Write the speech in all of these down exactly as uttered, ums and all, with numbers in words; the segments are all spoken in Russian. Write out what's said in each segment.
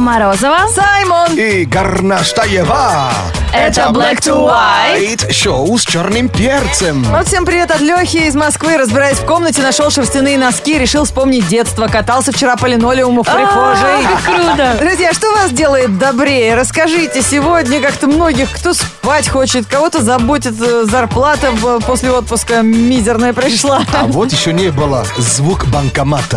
Морозова, Саймон и Горнаштаева. Это Black to White. Шоу с черным перцем. Вот всем привет от Лехи из Москвы. Разбираясь в комнате, нашел шерстяные носки, решил вспомнить детство. Катался вчера по линолеуму в прихожей. Как круто. Друзья, что вас делает добрее? Расскажите. Сегодня как-то многих, кто спать хочет, кого-то заботит зарплата после отпуска мизерная пришла. А вот еще не было звук банкомата.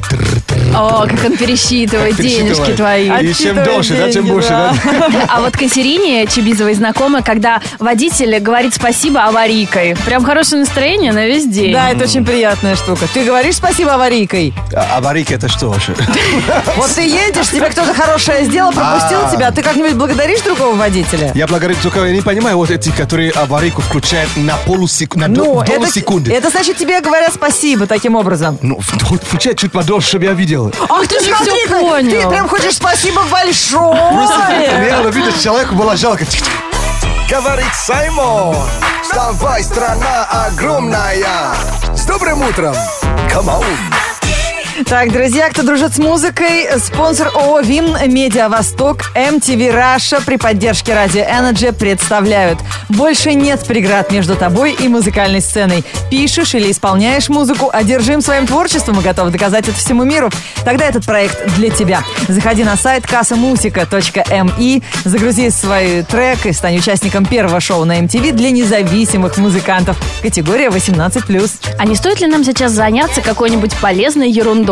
О, как он пересчитывает денежки твои. И чем дольше, да, чем больше, да. А вот Катерине Чибизовой знакома, когда водитель говорит спасибо аварийкой. Прям хорошее настроение на весь день. Да, это очень приятная штука. Ты говоришь спасибо аварийкой? А аварийка это что вообще? Вот ты едешь, тебе кто-то хорошее сделал, пропустил тебя. Ты как-нибудь благодаришь другого водителя? Я благодарю, только я не понимаю вот эти, которые аварийку включают на полусекунды, на Ну, долю это, секунды. это значит, тебе говорят спасибо таким образом. Ну, включай чуть подольше, чтобы я видел. Ах, ты же смотри, всё ты, понял. ты прям хочешь спасибо большое. Реально, видишь, человеку было жалко. Говорит Саймон. Вставай, страна огромная. С добрым утром. Come on. Так, друзья, кто дружит с музыкой, спонсор ООО ВИМ, Медиа Восток, эм ти ви Раша при поддержке Радио Energy представляют. Больше нет преград между тобой и музыкальной сценой. Пишешь или исполняешь музыку, одержим своим творчеством и готов доказать это всему миру? Тогда этот проект для тебя. Заходи на сайт касамусика точка эм и, загрузи свой трек и стань участником первого шоу на эм ти ви для независимых музыкантов. Категория восемнадцать плюс. А не стоит ли нам сейчас заняться какой-нибудь полезной ерундой?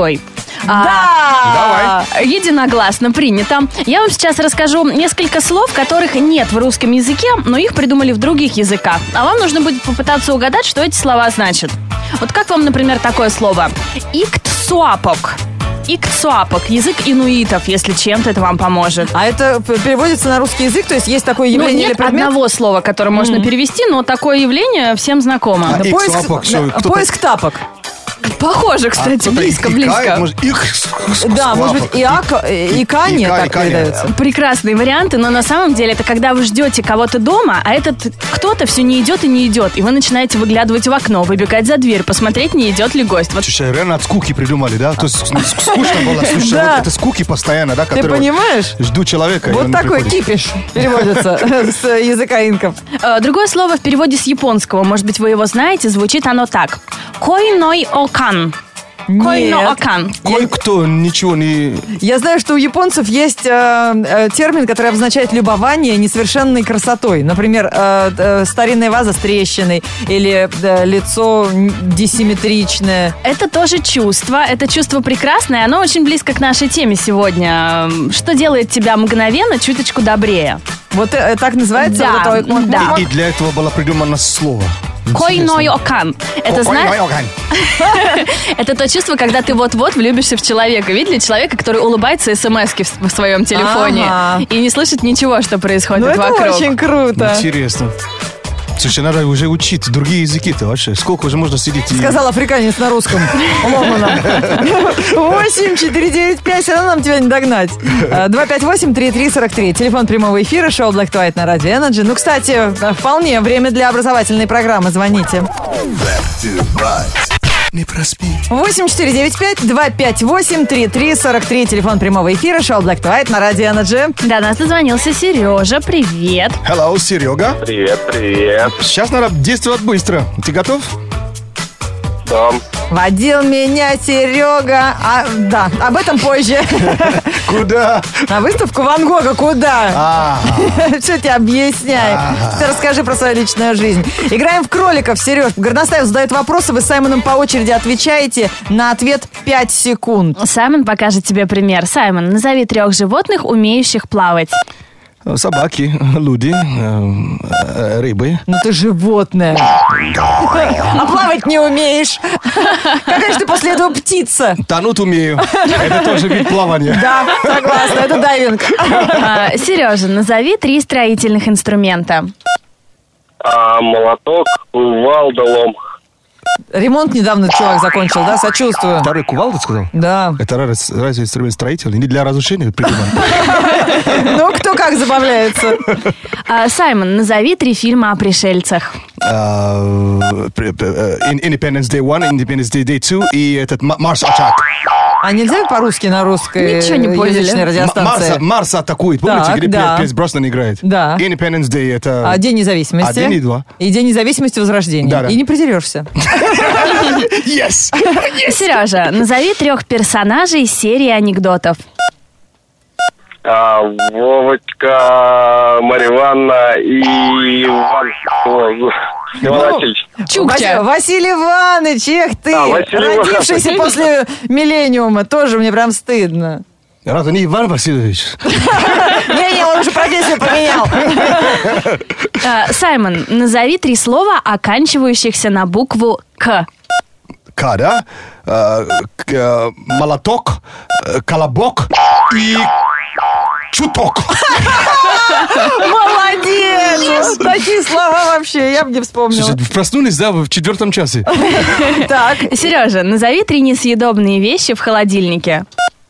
Да! Давай. Единогласно принято. Я вам сейчас расскажу несколько слов, которых нет в русском языке, но их придумали в других языках. А вам нужно будет попытаться угадать, что эти слова значат. Вот как вам, например, такое слово? Иктсуапок. Иктсуапок. Язык инуитов, если чем-то это вам поможет. А это переводится на русский язык, то есть есть такое явление Ну, нет или предмет? одного слова, которое можно перевести, но такое явление всем знакомо. А Да, поиск, иксуапок, что, да, кто-то- поиск тапок. Похоже, кстати, близко, близко. Может, их... Да, может быть, ИАК, ИКА не Ика, так Ика не. передается. Прекрасные варианты, но на самом деле это когда вы ждете кого-то дома, а этот кто-то все не идет и не идет, и вы начинаете выглядывать в окно, выбегать за дверь, посмотреть, не идет ли гость. Вот. Слушай, реально от скуки придумали, да? То есть ск- скучно было. Слушай, Да. вот это скуки постоянно, да? Ты которые вот понимаешь? жду человека. и Вот он не такой приходит. кипиш переводится с языка инков. Э, Другое слово в переводе с японского, может быть, вы его знаете, звучит оно так. Койной окан. Койно Нет. окан. Кое-кто ничего не... Я знаю, что у японцев есть э, э, термин, который обозначает любование несовершенной красотой. Например, э, э, старинная ваза с трещиной или э, лицо диссимметричное. Это тоже чувство, это чувство прекрасное, оно очень близко к нашей теме сегодня. Что делает тебя мгновенно чуточку добрее? Вот э, так называется? Да, вот это вот- да. И, и для этого было придумано слово. Койной окан. Это знаешь? Койной окан. Это то чувство, когда ты вот-вот влюбишься в человека. Видели человека, который улыбается смс-ки в, в своем телефоне Ага. и не слышит ничего, что происходит Ну, это вокруг. очень круто. Интересно. Слушай, надо уже учить другие языки-то вообще. Сколько уже можно сидеть и... Сказал африканец на русском. Ломаном. восемь четыре девять пять, все равно нам тебя не догнать. два пять восемь три три сорок три. Телефон прямого эфира, шоу Black to White на Радио Energy. Ну, кстати, вполне время для образовательной программы. Звоните. Не проспи. восемь четыре девять пять два пять восемь три три сорок три. Телефон прямого эфира, шоу Black to White на Радио Energy. До нас дозвонился Сережа. Привет. Hello, Серега. Привет, привет. Сейчас надо действовать быстро. Ты готов? Да. Водил меня Серега. А, да, об этом позже. Куда? На выставку Ван Гога куда? А, Все тебе объясняю. Ты расскажи про свою личную жизнь. Играем в кроликов, Сереж. Горностаев задает вопросы, вы с Саймоном по очереди отвечаете. На ответ пять секунд. Саймон покажет тебе пример. Саймон, назови трех животных, умеющих плавать. собаки, люди, э, э, рыбы. Ну ты животное. А плавать не умеешь. Какая же ты после этого птица? Тонуть умею. Это тоже вид плавания. Да, согласна, это дайвинг. А, Сережа, назови три строительных инструмента. А, молоток, кувалда, лом. Ремонт недавно чувак закончил, да? Сочувствую. Второй кувалда, сказал? Да. Это раз- разве инструмент строительный? Не для разрушения придуман. Ну, кто как забавляется. А, Саймон, назови три фильма о пришельцах. А, Independence Day один, Independence Day Day два и этот Ма- Марс Атак. А нельзя по-русски на русской Ничего не поняли. язычной М- радиостанции? Марса, Марса атакует. Помните, Так, где да. Пирс Броснан играет? Да. Independence Day это... А День независимости? А День и два. И День независимости Возрождения. Да-да. И не придерешься. Yes! Сережа, назови трех персонажей из серии анекдотов. А, Вовочка, Марья Ивановна и Иван, ой, Иван Васильевич. Чукча. Вась- Василий Иванович, эх ты, А, Василий родившийся Иванович. после миллениума. Тоже мне прям стыдно. Разве не Иван Васильевич? Не-не, он уже профессию поменял. Э, Саймон, назови три слова, оканчивающихся на букву К. К, да? Э, к- э, Молоток, э, колобок и чуток. Молодец! Такие слова вообще, я бы не вспомнила. Слушай, проснулись, да, в четвертом часе? Так, Сережа, назови три несъедобные вещи в холодильнике.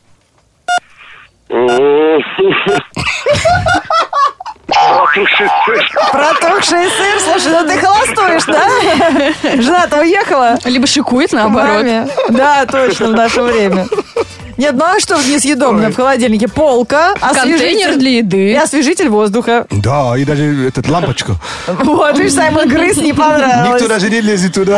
Протухший сыр. протухший сыр. Слушай, ну ты холостуешь, да? Жена-то уехала? Либо шикует, К наоборот. маме. Да, точно, в наше время. Нет, ну а что несъедобное в холодильнике? Полка, Контейнер освежитель для и еды. освежитель воздуха. Да, и даже этот лампочку. Вот, видишь, Саймон грыз, не понравилось. Никто даже не лезет туда.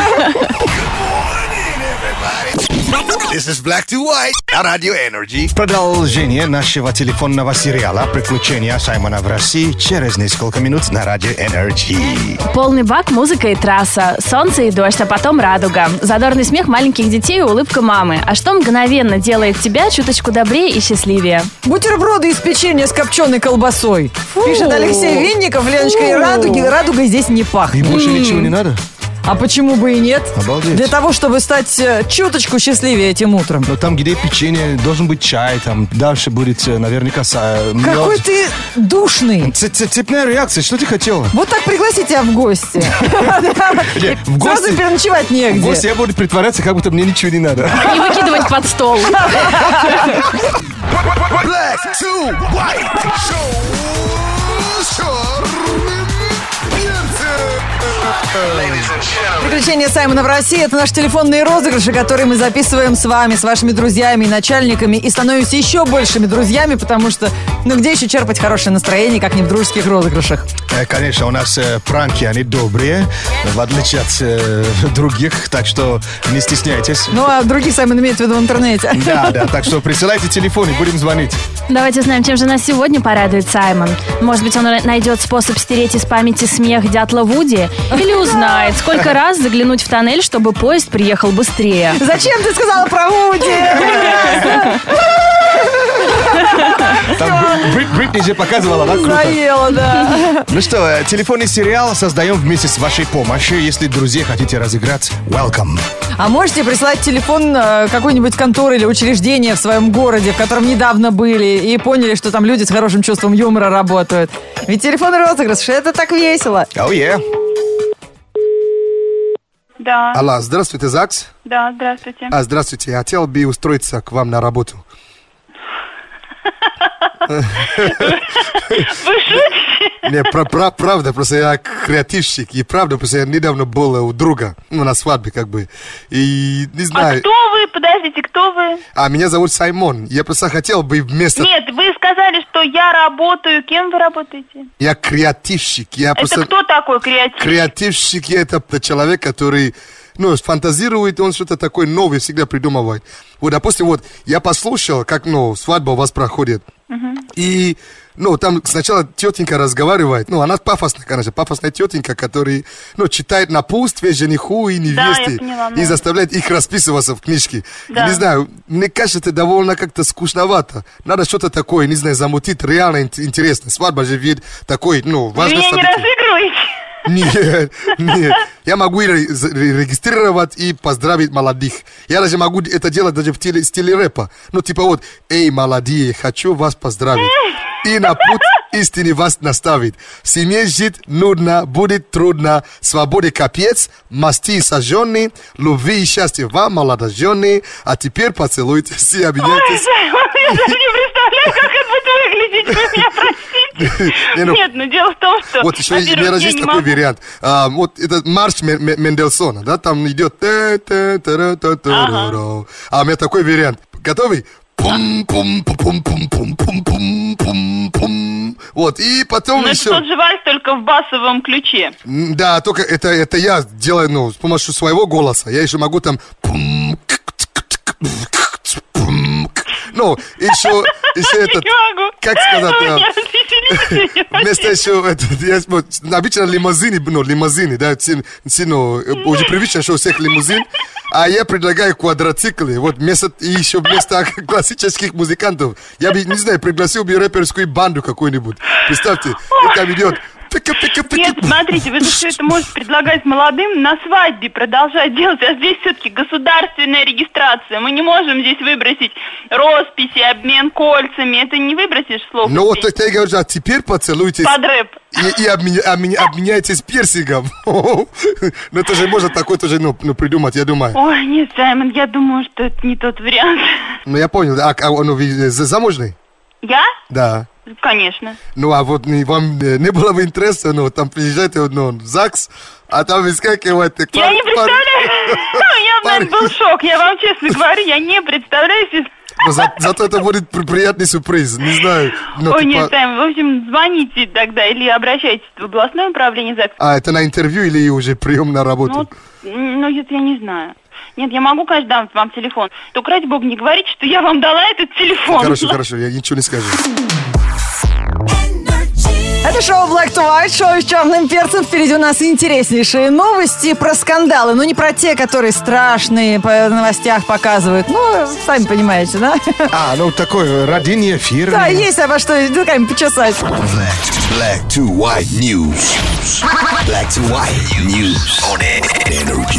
This is Black to White на Radio Energy. Продолжение нашего телефонного сериала «Приключения Саймона в России» через несколько минут на Radio Energy. Полный бак, музыка и трасса, солнце и дождь, а потом радуга. Задорный смех маленьких детей и улыбка мамы. А что мгновенно делает тебя чуточку добрее и счастливее? Бутерброды из печенья с копченой колбасой. Пишет Алексей Винников, Леночка, и радуги, радугой здесь не И пахнет. больше ничего не надо? А почему бы и нет? Обалдеть. Для того, чтобы стать э, чуточку счастливее этим утром. Но там, где печенье, должен быть чай, там дальше будет э, наверняка са- Какой мед. ты душный. Ц- ц- Цепная реакция, что ты хотела? Вот так пригласи тебя в гости. Не, в Сразу гости, переночевать в гости негде. я буду притворяться, как будто мне ничего не надо. И выкидывать под стол. Black to White. Шоу с черным перцем. Приключения Саймона в России — это наши телефонные розыгрыши, которые мы записываем с вами, с вашими друзьями и начальниками, и становимся еще большими друзьями, потому что, ну где еще черпать хорошее настроение, как не в дружеских розыгрышах? Э, Конечно, у нас э, пранки, они добрые, в отличие от э, других, так что не стесняйтесь. Ну, а других Саймон имеет в виду в интернете. Да, да, так что присылайте телефон и будем звонить. Давайте узнаем, чем же нас сегодня порадует Саймон. Может быть, он найдет способ стереть из памяти смех дятла Вуди? Или узнает, сколько раз заглянуть в тоннель, чтобы поезд приехал быстрее? Зачем ты сказала про Вуди? Там Бри- Брит- Бритни же показывала, да, круто? Заела, да. Ну что, э, телефонный сериал создаем вместе с вашей помощью. Если, друзья, хотите разыграть, welcome. А можете прислать телефон э, какой-нибудь конторы или учреждения в своем городе, в котором недавно были, и поняли, что там люди с хорошим чувством юмора работают. Ведь телефонный розыгрыш — это так весело. Oh, yeah. Да, Алло, здравствуйте, ЗАГС. да, здравствуйте. А, здравствуйте, я хотел бы устроиться к вам на работу. Вы шутите? Не, про- про- правда, просто я креативщик, и правда, просто я недавно был у друга, ну, на свадьбе, как бы, и не А знаю. кто вы? Подождите, кто вы? А меня зовут Саймон, я просто хотел бы вместо... Нет, вы сказали, что я работаю. Кем вы работаете? Я креативщик, я просто... Это кто такой креатив? Креативщик — это человек, который, ну, фантазирует, он что-то такое новое всегда придумывает. Вот, допустим, вот, я послушал, как, ну, свадьба у вас проходит, и, ну, там сначала тетенька разговаривает, ну, она пафосная, конечно, пафосная тетенька, которая, ну, читает напутствие жениху и невесте, я поняла, и ну. заставляет их расписываться в книжке. Да. И, не знаю, мне кажется, это довольно как-то скучновато. Надо что-то такое, не знаю, замутить реально ин- интересно. Свадьба же ведь такой, ну, Вы важное меня не событие. разыгрываете? Нет, нет. Я могу и ре- ре- регистрировать и поздравить молодых. Я даже могу это делать даже в теле- стиле рэпа. Ну, типа вот, эй, молодые, хочу вас поздравить. И на путь истины вас наставить. В семье жить нудно, будет трудно. Свободе капец, масти сожженный. Любви и счастья вам, молодоженные. А теперь поцелуйте, все Ой, объединитесь. я даже не представляю, как это будет выглядеть. Вы меня простите. Не, ну, Нет, но дело в том, что... Вот еще есть- у меня во-первых, даже я есть не такой могу- вариант. А, вот этот марш Ме- Ме- Мендельсона, да, там идет... та-та-та-та-та-та-ра. А у меня такой вариант. Готовый? Пум-пум-пум-пум-пум-пум-пум. Вот, и потом Ну, это еще... тот же вальс, только в басовом ключе. М, Да, только это, это я делаю, ну, с помощью своего голоса. Я еще могу там... пум, пум, Ну, еще, еще Я этот... не могу. Как сказать? Ой, а, я развеселите, Вместо еще, это, я, вот, обычно лимузины, ну, лимузины, да, си- си- ну, э, уже привычно, что у всех лимузин, а я предлагаю квадроциклы, вот, вместо, и еще вместо классических музыкантов, я бы, не знаю, пригласил бы рэперскую банду какую-нибудь, представьте, и там идет... Нет, смотрите, вы же все это можете предлагать молодым на свадьбе продолжать делать, а здесь все-таки государственная регистрация. Мы не можем здесь выбросить росписи, обмен кольцами. Это не выбросишь слов. Ну, вот это я говорю, а теперь поцелуйтесь Под рэп. и, и обменя- обменя- обменяйтесь пирсингом. Ну, это же можно такой тоже, ну, ну, придумать, я думаю. Ой, нет, Саймон, я думаю, что это не тот вариант. Ну, я понял, а, а ну, вы э, замужний? Я? Да. Конечно. Ну, а вот не, вам э, не было бы интересно, ну, там приезжаете ну, в ЗАГС, а там выскакивает... Я не представляю. Я, наверное, был шок. Я вам честно говорю, я не представляю себе. Но за- зато это будет при- приятный сюрприз, не знаю. Ну, Ой, типа- нет, Сайм, в общем, звоните тогда или обращайтесь в областное управление ЗАГСа. А, это на интервью или уже прием на работу? Ну, ну, это я не знаю. Нет, я могу, конечно, дам вам телефон. Только, ради бога, не говорите, что я вам дала этот телефон. Хорошо, хорошо, я ничего не скажу. Это шоу Black to White, шоу с черным перцем. Впереди у нас интереснейшие новости про скандалы. Но не про те, которые страшные по новостях показывают. Ну, сами понимаете, да? А, ну такой родение эфир. Да, есть обо что руками почесать. Black, black to white news. Black to white news on Energy.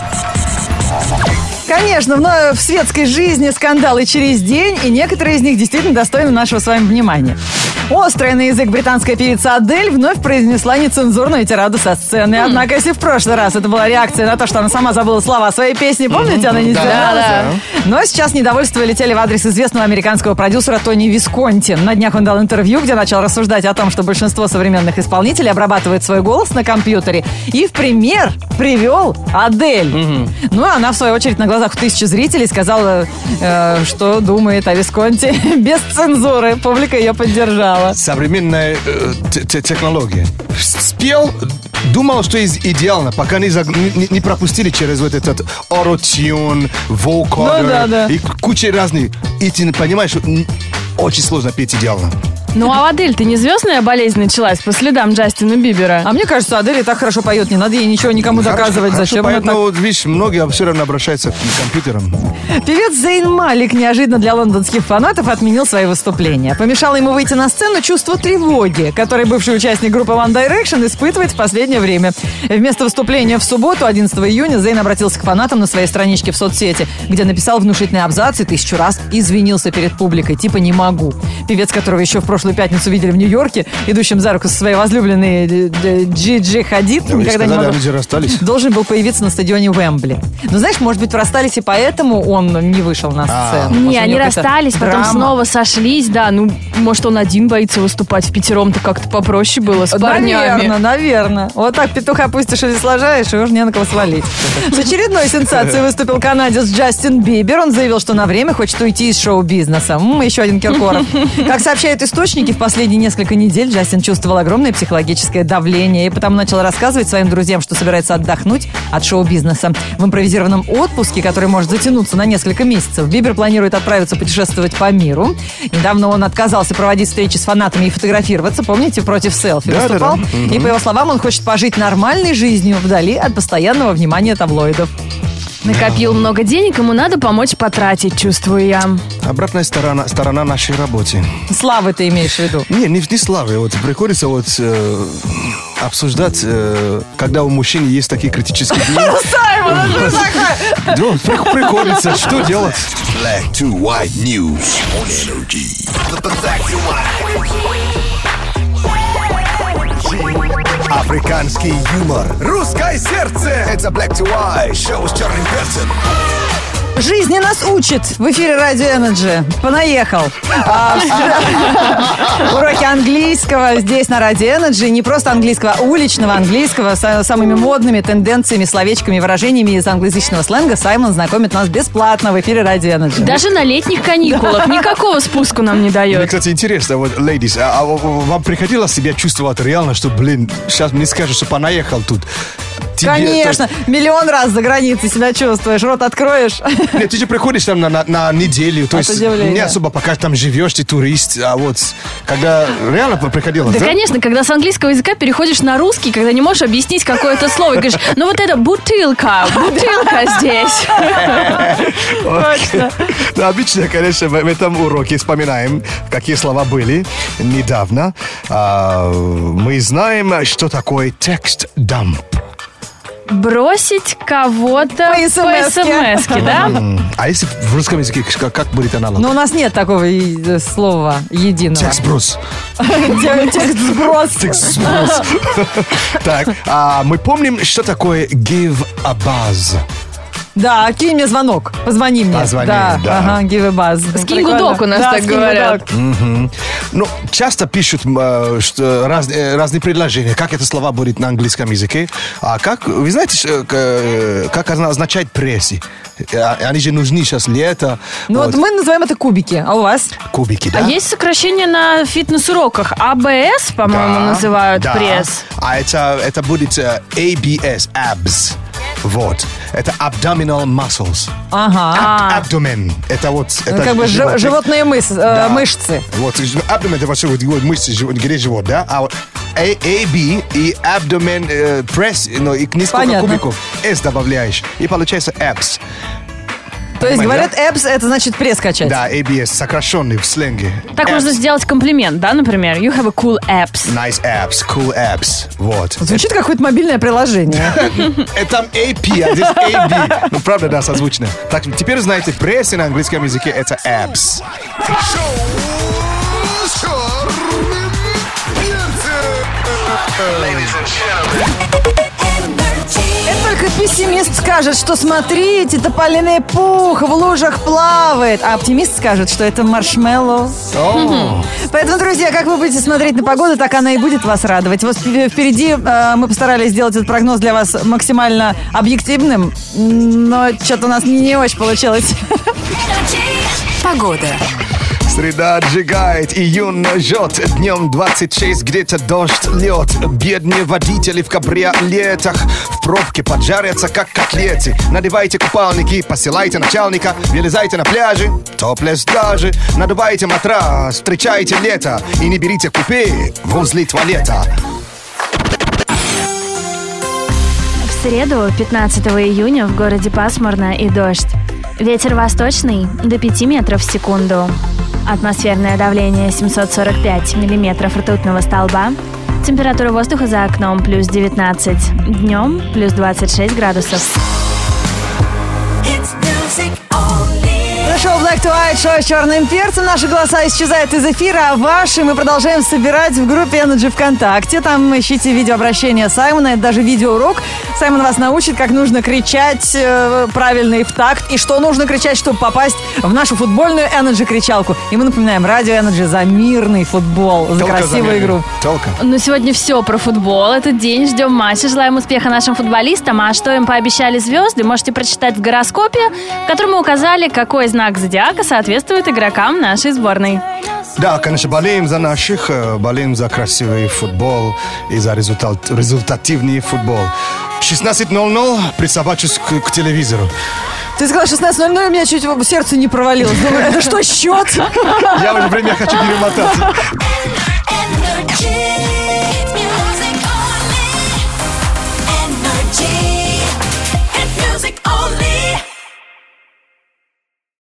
Конечно, в, в светской жизни скандалы через день, и некоторые из них действительно достойны нашего с вами внимания. Острая на язык британская певица Адель вновь произнесла нецензурную тираду со сцены. Однако, если в прошлый раз это была реакция на то, что она сама забыла слова своей песни, помните, она не сдержалась? Да, Но сейчас недовольство летели в адрес известного американского продюсера Тони Висконти. На днях он дал интервью, где начал рассуждать о том, что большинство современных исполнителей обрабатывает свой голос на компьютере. И в пример привел Адель. Ну, а она, в свою очередь, на глазах у тысячи зрителей сказала, э, что думает о Висконти без цензуры. Публика ее поддержала. Современная э, т- т- технология. Спел, думал, что из- идеально, пока не, заг- не, не пропустили через вот этот auto-tune, vocoder Ну да, да. и куча разных. И ты понимаешь, что м, очень сложно петь идеально. Ну а у Адель-то не звездная болезнь началась по следам Джастина Бибера? А мне кажется, Адель и так хорошо поет, не надо ей ничего никому доказывать. Хорошо Зачем она поет, так? но, видишь, многие все равно обращаются к компьютерам. Певец Зейн Малик неожиданно для лондонских фанатов отменил свои выступления. Помешало ему выйти на сцену чувство тревоги, которое бывший участник группы One Direction испытывает в последнее время. Вместо выступления в субботу, одиннадцатого июня, Зейн обратился к фанатам на своей страничке в соцсети, где написал внушительный абзац и тысячу раз извинился перед публикой. Типа «не могу». Певец, которого еще в прошлую пятницу видели в Нью-Йорке, идущим за руку со своей возлюбленной Джи-Джи Хадид, Да, вы никогда не сказали, могу, они же расстались. должен был появиться на стадионе Уэмбли. Но знаешь, может быть, расстались и поэтому он не вышел на сцену. Может, Не, у они него какая-то расстались, потом драма. снова сошлись, да. Ну, может, он один боится выступать в пятером-то как-то попроще было с парнями. Наверное, наверное. Вот так петуха пустишь или сложаешь, и уже не на кого свалить. С очередной сенсацией выступил канадец Джастин Бибер. Он заявил, что на время хочет уйти из шоу-бизнеса. М, еще один Киркоров. Как сообщают источники, в последние несколько недель Джастин чувствовал огромное психологическое давление и потому начал рассказывать своим друзьям, что собирается отдохнуть от шоу-бизнеса. В импровизированном отпуске, который может затянуться на несколько месяцев, Бибер планирует отправиться путешествовать по миру. Недавно он отказался проводить встречи с фанатами и фотографироваться. Помните, против селфи Да, выступал? да, да. И, по его словам, он хочет пожить нормальной жизнью вдали от постоянного внимания таблоидов. Накопил много денег, ему надо помочь потратить, чувствую я. Обратная сторона, сторона нашей работы. Славы ты имеешь в виду? Не, не, не славы. Вот приходится вот э, обсуждать, э, когда у мужчин есть такие критические дни. Саймон, что такое? Да, при- приходится, что делать? Black to white news on Energy. Black to white. Африканский юмор. Русское сердце. Это Black to white. Шоу с черным перцем. Жизнь не нас учит. В эфире Радио Energy. Понаехал. А, уроки английского здесь на Радио Energy. Не просто английского, а уличного английского с самыми модными тенденциями, словечками, выражениями из англоязычного сленга. Саймон знакомит нас бесплатно в эфире Радио Energy. Даже на летних каникулах никакого спуску нам не Мне, дает. кстати, интересно, вот, ladies, а, а вам приходилось себя чувствовать реально, что, блин, сейчас мне скажут, что понаехал тут? Тебе, Конечно, то есть, миллион раз за границей себя чувствуешь, рот откроешь. нет, ты же приходишь там на, на, на неделю, то От есть удивления. не особо пока там живешь, ты турист, а вот когда реально приходилось, Да, да? конечно, когда с английского языка переходишь на русский, когда не можешь объяснить какое-то слово, и говоришь, ну вот это бутылка, бутылка здесь. Точно. Да, обычно, конечно, в в этом уроке вспоминаем, какие слова были недавно. А, мы знаем, что такое текст-дамп. Бросить кого-то По по смс-ке. смс-ке, да? А если в русском языке, как, как будет аналог? Но у нас нет такого и- слова единого. Текст-брос. Текст сброс. Текст-сброс. Так, а мы помним, что такое give a buzz. Да, кинь мне звонок, позвони мне. Позвони, да. да. Ага, give a buzz. Скинь Прикольно. гудок, у нас Да, так скинь говорят. гудок. Мгм. Ну, часто пишут э, что раз- э, разные предложения, как это слова будет на английском языке. А как, вы знаете, ш- к- э, как она означает пресси? Э, Они же нужны сейчас лето. Ну вот мы называем это кубики, а у вас? Кубики, да? А есть сокращение на фитнес-уроках. А Б С, по-моему, Да, называют да. пресс. А это, это будет э, A B S, abs. Вот. Это abdominal muscles. Ага. Ab- Abdomen. Это вот... Ну, это как бы жи- живот. животные мыс- э, Да. мышцы. Вот, абдомен это вообще вот вот мышцы, живот, где живот, да? А вот A, A, B и abdomen э, press, ну, и несколько Понятно. кубиков S добавляешь, и получается abs. То есть Понимаешь, говорят, эбс это значит пресс качать. Да, A B S, сокращенный в сленге. Так Abs. можно сделать комплимент, да, например? You have a cool abs. Nice abs, cool abs. Вот. Звучит какое-то мобильное приложение. Это там A P, а здесь A B. Ну, правда, да, созвучно. Так, теперь знаете, пресс на английском языке это abs. Это только пессимист скажет, что смотрите, тополиный пух в лужах плавает. А оптимист скажет, что это маршмеллоу. О, Поэтому, друзья, как вы будете смотреть на погоду, так она и будет вас радовать. Вот вп- впереди э, мы постарались сделать этот прогноз для вас максимально объективным, но что-то у нас не, не очень получилось. Погода. Среда отжигает, июнь жжет. Днем двадцать шесть, где-то дождь, лед. Бедные водители в кабриолетах в пробке поджарятся, как котлеты. Надевайте купальники, посылайте начальника. Вылезайте на пляже, топлес даже. Надувайте матрас, встречайте лето. И не берите купе возле туалета. В среду, пятнадцатого июня, в городе пасмурно и дождь. Ветер восточный до пяти метров в секунду. Атмосферное давление семьсот сорок пять миллиметров ртутного столба. Температура воздуха за окном плюс девятнадцать. Днем плюс двадцать шесть градусов. Шоу Black to White, шоу с черным перцем. Наши голоса исчезают из эфира, а ваши мы продолжаем собирать в группе Energy ВКонтакте. Там ищите видеообращение Саймона, это даже видеоурок. Саймон вас научит, как нужно кричать э, правильно и в такт, и что нужно кричать, чтобы попасть в нашу футбольную Energy кричалку. И мы напоминаем, Радио Energy за мирный футбол, за Только красивую замерли. игру. Только. Ну, сегодня все про футбол. Этот день. Ждем матча. Желаем успеха нашим футболистам. А что им пообещали звезды, можете прочитать в гороскопе, в котором мы указали, какой знак зодиака соответствует игрокам нашей сборной. Да, конечно, болеем за наших, э, болеем за красивый футбол и за результат, результативный футбол. шестнадцать ноль ноль присобачусь к, к телевизору. Ты сказал шестнадцать ноль ноль, у меня чуть сердце не провалилось. Думаю, это что, счет? Я уже время хочу перемотать.